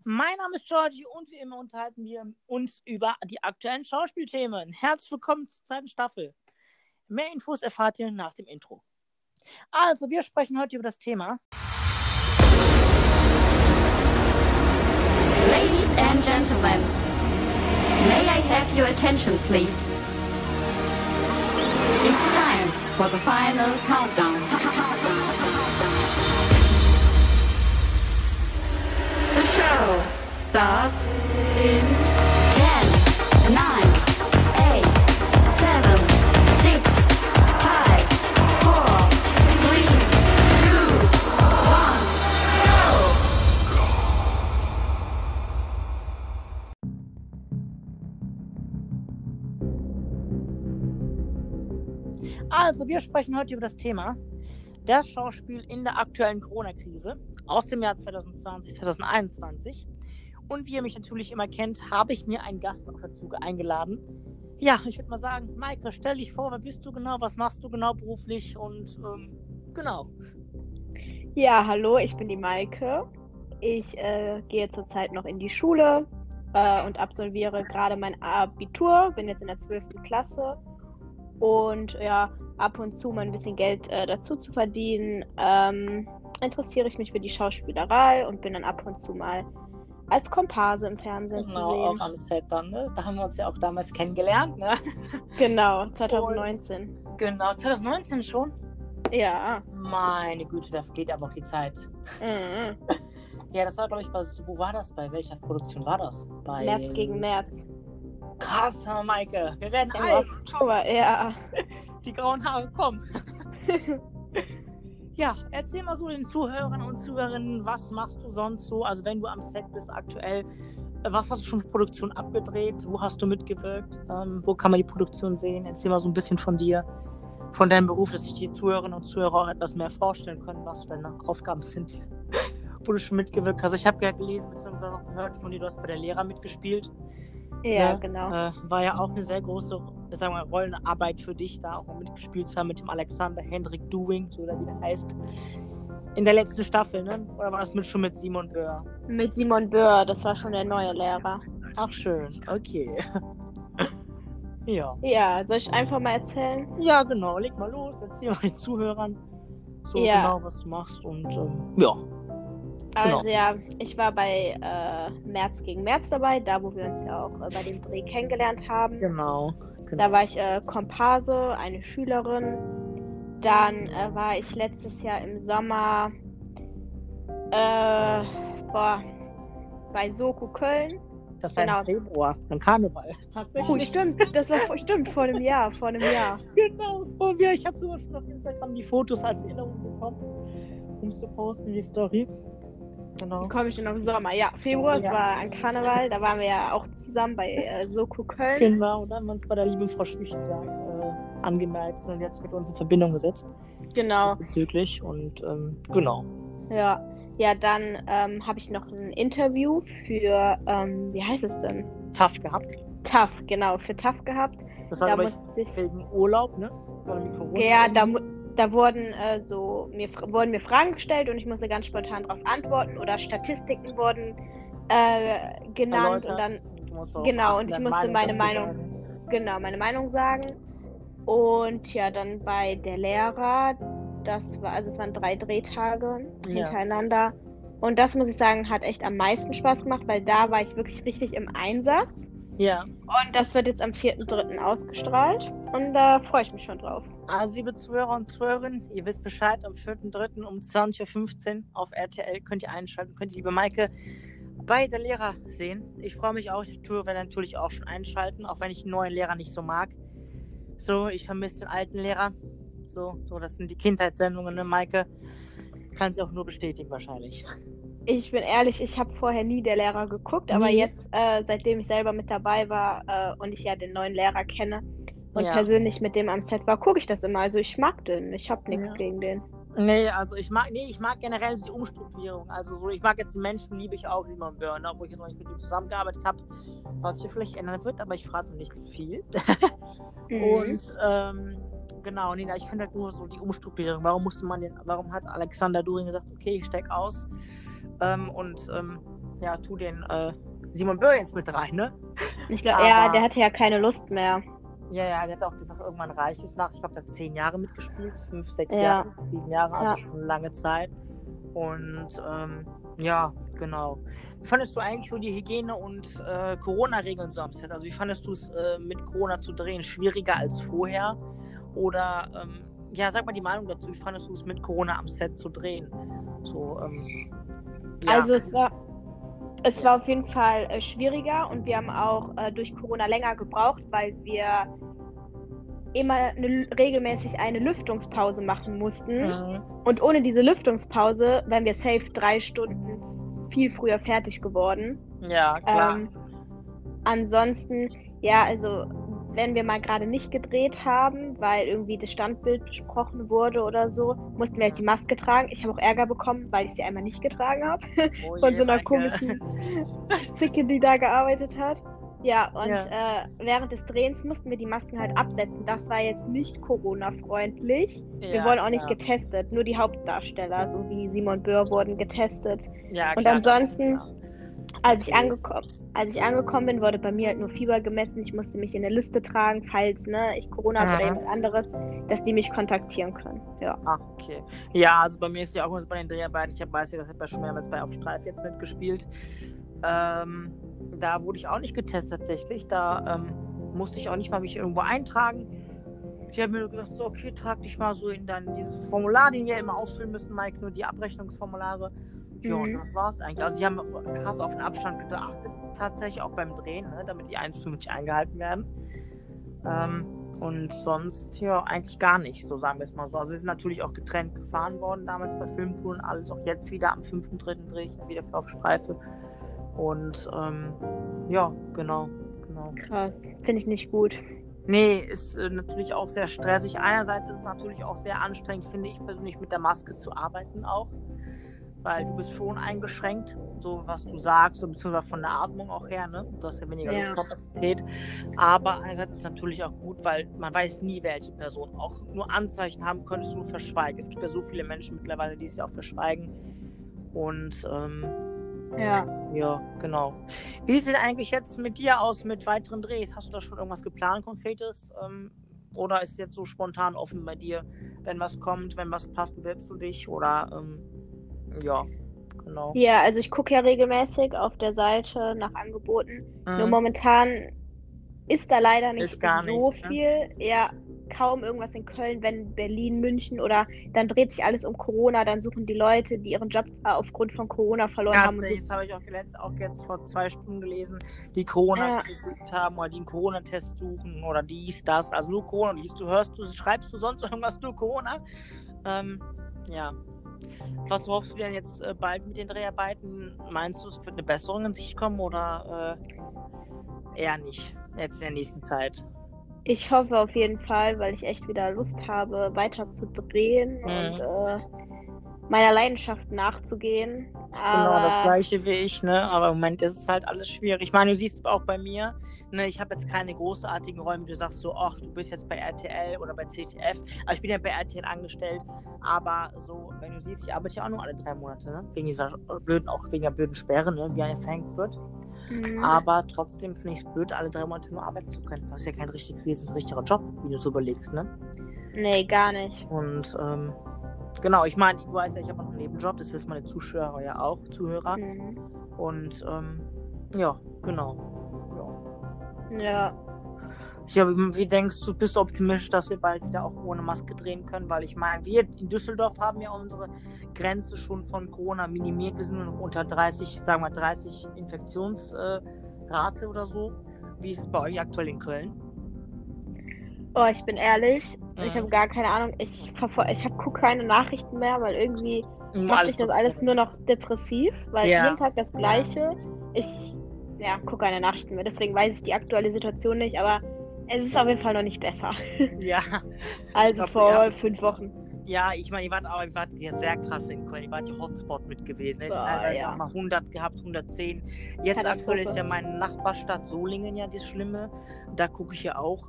Mein Name ist Georgie und wie immer unterhalten wir uns über die aktuellen Schauspielthemen. Herzlich willkommen zur zweiten Staffel. Mehr Infos erfahrt ihr nach dem Intro. Also, wir sprechen heute über das Thema Ladies and gentlemen, may I have your attention, please? It's time for the final countdown. The show starts in 10, 9, 8, 7, 6, 5, 4, 3, 2, 1, go! Also, wir sprechen heute über das Thema das Schauspiel in der aktuellen Corona-Krise aus dem Jahr 2020, 2021. Und wie ihr mich natürlich immer kennt, habe ich mir einen Gast auch dazu eingeladen. Ja, ich würde mal sagen, Maike, stell dich vor, wer bist du genau, was machst du genau beruflich und genau. Ja, hallo, ich bin die Maike. Ich gehe zurzeit noch in die Schule und absolviere gerade mein Abitur, bin jetzt in der 12. Klasse und ja, ab und zu mal ein bisschen Geld dazu zu verdienen, interessiere ich mich für die Schauspielerei und bin dann ab und zu mal als Komparse im Fernsehen zu Genau, sehen. auch am Set dann, ne? Da haben wir uns ja auch damals kennengelernt, ne? Genau, 2019. Und, genau, 2019 schon? Ja. Meine Güte, da geht aber auch die Zeit. Mhm. Ja, das war, glaube ich, wo war das? Bei welcher Produktion war das? Bei März gegen März. Krass, Maike. Wir werden Im alt. Oktober, ja. Die grauen Haare kommen. Ja, erzähl mal so den Zuhörern und Zuhörerinnen, was machst du sonst so? Also wenn du am Set bist aktuell, was hast du schon für Produktion abgedreht? Wo hast du mitgewirkt? Wo kann man die Produktion sehen? Erzähl mal so ein bisschen von dir, von deinem Beruf, dass sich die Zuhörerinnen und Zuhörer auch etwas mehr vorstellen können, was deine Aufgaben sind, wo du schon mitgewirkt hast. Ich habe ja gelesen, beziehungsweise auch gehört von dir, du hast bei der Lehrer mitgespielt. Ja, Ne? genau. War ja auch eine sehr große, sagen wir mal, Rollenarbeit für dich, da auch mitgespielt zu haben mit dem Alexander Hendrik Duing, so der wieder heißt, in der letzten Staffel, ne? Oder war das schon mit Simon Böhr? Mit Simon Böhr, das war schon der neue Lehrer. Ach schön, okay. Ja. Ja, soll ich einfach mal erzählen? Ja, genau, leg mal los, erzähl mal den Zuhörern so Ja. genau, was du machst und ja. Also ja, ich war bei März gegen März dabei, da wo wir uns ja auch bei dem Dreh kennengelernt haben. Genau. Da war ich Komparse, eine Schülerin. Dann war ich letztes Jahr im Sommer bei Soko Köln. Das war Genau. im Februar, im Karneval. Tatsächlich. Stimmt, das war vor einem Jahr. Genau, vor mir. Ich habe sogar schon auf Instagram die Fotos als Erinnerung bekommen, um es zu posten, die Story. Genau. Wie komme ich denn auf Sommer? Ja, Februar, Ja. das war ein Karneval, da waren wir ja auch zusammen bei Soko Köln. Genau, und dann haben wir uns bei der lieben Frau Schwichtenberg angemerkt und jetzt mit uns in Verbindung gesetzt. Genau. Bezüglich und genau. Ja, dann habe ich noch ein Interview für, wie heißt es denn? TAF gehabt. TAF, genau, für TAF gehabt. Das war Da aber musste ich, wegen Urlaub, ne? Oder mit Corona. ja, da wurden wurden mir Fragen gestellt und ich musste ganz spontan darauf antworten oder Statistiken wurden genannt und dann und ich musste meine Meinung sagen. Und ja, dann bei der Lehrer, es waren 3 Drehtage hintereinander. Und das, muss ich sagen, hat echt am meisten Spaß gemacht, weil da war ich wirklich richtig im Einsatz. Ja. Und das wird jetzt am 4.3. ausgestrahlt. Und da freue ich mich schon drauf. Also, liebe Zuhörer und Zuhörerinnen, ihr wisst Bescheid, am 4.3. um 20.15 Uhr auf RTL könnt ihr einschalten, könnt ihr liebe Maike bei der Lehrer sehen. Ich freue mich auch, die Tour werde natürlich auch schon einschalten, auch wenn ich den neuen Lehrer nicht so mag. So, ich vermisse den alten Lehrer. So, das sind die Kindheitssendungen, ne, Maike? Kann sie auch nur bestätigen wahrscheinlich. Ich bin ehrlich, ich habe vorher nie der Lehrer geguckt, aber jetzt, seitdem ich selber mit dabei war und ich ja den neuen Lehrer kenne und persönlich mit dem am Set war, gucke ich das immer. Also ich mag den, ich habe nichts gegen den. Nee, also ich mag generell die Umstrukturierung. Also so, ich mag jetzt die Menschen, liebe ich auch, Simon Böhr, wo ich jetzt noch nicht mit ihm zusammengearbeitet habe, was sich vielleicht ändern wird, aber ich frage noch nicht viel. Und genau, nee, ich finde halt nur so die Umstrukturierung. Warum hat Alexander During gesagt, okay, ich steig aus und ja, tu den Simon Böhr jetzt mit rein, ne? Ich glaube, ja, der hatte ja keine Lust mehr. Ja, der hat auch gesagt, irgendwann reicht es nach. Ich glaube, der hat 10 Jahre mitgespielt, 5, 6 Jahre, 7 Jahre, also schon eine lange Zeit. Und ja, genau. Wie fandest du eigentlich so die Hygiene- und Corona-Regeln so am Set? Also wie fandest du es mit Corona zu drehen? Schwieriger als vorher? Oder, ja, sag mal die Meinung dazu. Wie fandest du es mit Corona am Set zu drehen? So, ja. Also es war auf jeden Fall schwieriger und wir haben auch durch Corona länger gebraucht, weil wir immer regelmäßig eine Lüftungspause machen mussten. Und ohne diese Lüftungspause wären wir safe 3 Stunden viel früher fertig geworden. Ja, klar. Ansonsten, ja, also wenn wir mal gerade nicht gedreht haben, weil irgendwie das Standbild besprochen wurde oder so, mussten wir halt die Maske tragen. Ich habe auch Ärger bekommen, weil ich sie einmal nicht getragen habe. Von so einer komischen Zicke, die da gearbeitet hat. Ja, und während des Drehens mussten wir die Masken halt absetzen. Das war jetzt nicht Corona-freundlich. Wir wurden auch nicht getestet. Nur die Hauptdarsteller, so wie Simon Böhr, wurden getestet. Ja, und ansonsten, als ich angekommen bin, wurde bei mir halt nur Fieber gemessen. Ich musste mich in eine Liste tragen, falls ich Corona habe oder jemand anderes, dass die mich kontaktieren können. Ja. Ach, okay. Ja, also bei mir ist ja auch immer bei den Dreharbeiten, ich weiß ja, das hat ja schon mehrmals bei Auf Streif jetzt mitgespielt. Da wurde ich auch nicht getestet tatsächlich. Da musste ich auch nicht mal mich irgendwo eintragen. Ich habe mir nur gedacht, so, okay, trag dich mal so in dieses Formular, den wir immer ausfüllen müssen, Mike, nur die Abrechnungsformulare. Ja, und das war's eigentlich. Also sie haben krass auf den Abstand geachtet, tatsächlich auch beim Drehen, ne, damit die 1,50 eingehalten werden. Und sonst, ja, eigentlich gar nicht, so sagen wir es mal so. Also wir sind natürlich auch getrennt gefahren worden, damals bei Filmtouren, alles auch jetzt wieder am 5.3. drehe ich wieder für Auf Streife. Und ja, genau. Krass, finde ich nicht gut. Nee, ist natürlich auch sehr stressig. Einerseits ist es natürlich auch sehr anstrengend, finde ich persönlich, mit der Maske zu arbeiten auch. Weil du bist schon eingeschränkt, so was du sagst, so, beziehungsweise von der Atmung auch her, ne? Du hast ja weniger Luftkapazität. Aber einerseits ist es natürlich auch gut, weil man weiß nie, welche Person auch nur Anzeichen haben, könntest du verschweigen. Es gibt ja so viele Menschen mittlerweile, die es ja auch verschweigen. Und ja, genau. Wie sieht es denn eigentlich jetzt mit dir aus mit weiteren Drehs? Hast du da schon irgendwas geplant, Konkretes? Oder ist es jetzt so spontan offen bei dir? Wenn was kommt, wenn was passt, bewirbst du dich? Oder ja, genau. Ja, also ich gucke ja regelmäßig auf der Seite nach Angeboten. Nur momentan ist da leider nicht so viel. Ne? Ja, kaum irgendwas in Köln, wenn Berlin, München oder dann dreht sich alles um Corona, dann suchen die Leute, die ihren Job aufgrund von Corona verloren haben. Das habe ich auch jetzt vor 2 Stunden gelesen, die Corona gesucht haben oder die einen Corona-Test suchen oder dies, das. Also nur Corona, schreibst du sonst irgendwas, nur Corona? Ja. Was hoffst du denn jetzt bald mit den Dreharbeiten? Meinst du, es wird eine Besserung in Sicht kommen oder eher nicht, jetzt in der nächsten Zeit? Ich hoffe auf jeden Fall, weil ich echt wieder Lust habe, weiter zu drehen und meiner Leidenschaft nachzugehen. Genau, das gleiche wie ich, ne? Aber im Moment ist es halt alles schwierig. Ich meine, du siehst auch bei mir, ne, ich habe jetzt keine großartigen Räume, du sagst so, ach, du bist jetzt bei RTL oder bei ZDF. Also ich bin ja bei RTL angestellt, aber so, wenn du siehst, ich arbeite ja auch nur alle 3 Monate, ne? Wegen der blöden Sperre, ne, wie eine verhängt wird. Aber trotzdem finde ich es blöd, alle 3 Monate nur arbeiten zu können. Das ist ja kein richtiger Job, wie du so überlegst, ne? Nee, gar nicht. Und genau, ich meine, du weißt ja, ich habe noch einen Nebenjob, das wissen meine Zuhörer ja auch, Zuhörer. Und ja, genau. Ja. Ja, wie denkst du, bist du optimistisch, dass wir bald wieder auch ohne Maske drehen können? Weil ich meine, wir in Düsseldorf haben ja unsere Grenze schon von Corona minimiert. Wir sind nur noch unter 30 Infektionsrate oder so. Wie ist es bei euch aktuell in Köln? Oh, ich bin ehrlich, ich habe gar keine Ahnung. Ich gucke keine Nachrichten mehr, weil irgendwie macht sich das alles nur noch depressiv, weil jeden Tag das Gleiche. Ich gucke keine Nachrichten mehr, deswegen weiß ich die aktuelle Situation nicht, aber es ist auf jeden Fall noch nicht besser. Ja. Als vor 5 Wochen. Ja, ich meine, ihr wart ja sehr krass in Köln. Ihr wart ja Hotspot mit gewesen. Ne? Teilweise auch mal 100 gehabt, 110. Jetzt aktuell ist ja meine Nachbarstadt Solingen ja das Schlimme. Da gucke ich ja auch,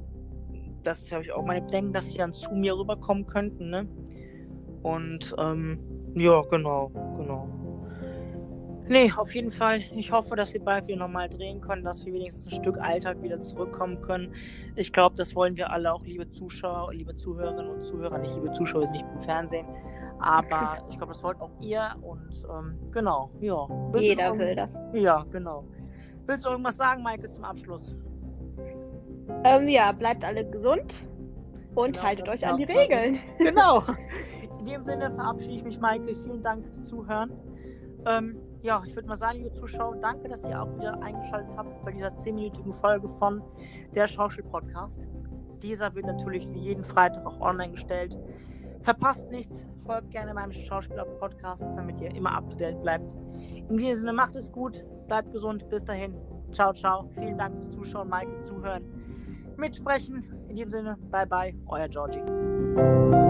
das habe ich auch meine Bedenken, dass sie dann zu mir rüberkommen könnten, ne? Und, ja, genau. Nee, auf jeden Fall. Ich hoffe, dass wir bald wieder normal drehen können, dass wir wenigstens ein Stück Alltag wieder zurückkommen können. Ich glaube, das wollen wir alle, auch liebe Zuschauer, liebe Zuhörerinnen und Zuhörer. Nicht liebe Zuschauer, wir sind nicht im Fernsehen. Aber ich glaube, das wollt auch ihr. Und genau, ja. Jeder will das. Ja, genau. Willst du irgendwas sagen, Maike, zum Abschluss? Ja, bleibt alle gesund und Genau, haltet das euch an die ist Regeln. Genau. In dem Sinne verabschiede ich mich, Maike. Vielen Dank fürs Zuhören. Ja, ich würde mal sagen, liebe Zuschauer, danke, dass ihr auch wieder eingeschaltet habt bei dieser 10-minütigen Folge von der Schauspiel-Podcast. Dieser wird natürlich wie jeden Freitag auch online gestellt. Verpasst nichts, folgt gerne meinem Schauspieler-Podcast, damit ihr immer up-to-date bleibt. In diesem Sinne, macht es gut, bleibt gesund, bis dahin. Ciao, ciao. Vielen Dank fürs Zuschauen, Maike, Zuhören, Mitsprechen. In diesem Sinne, bye, bye, euer Georgie.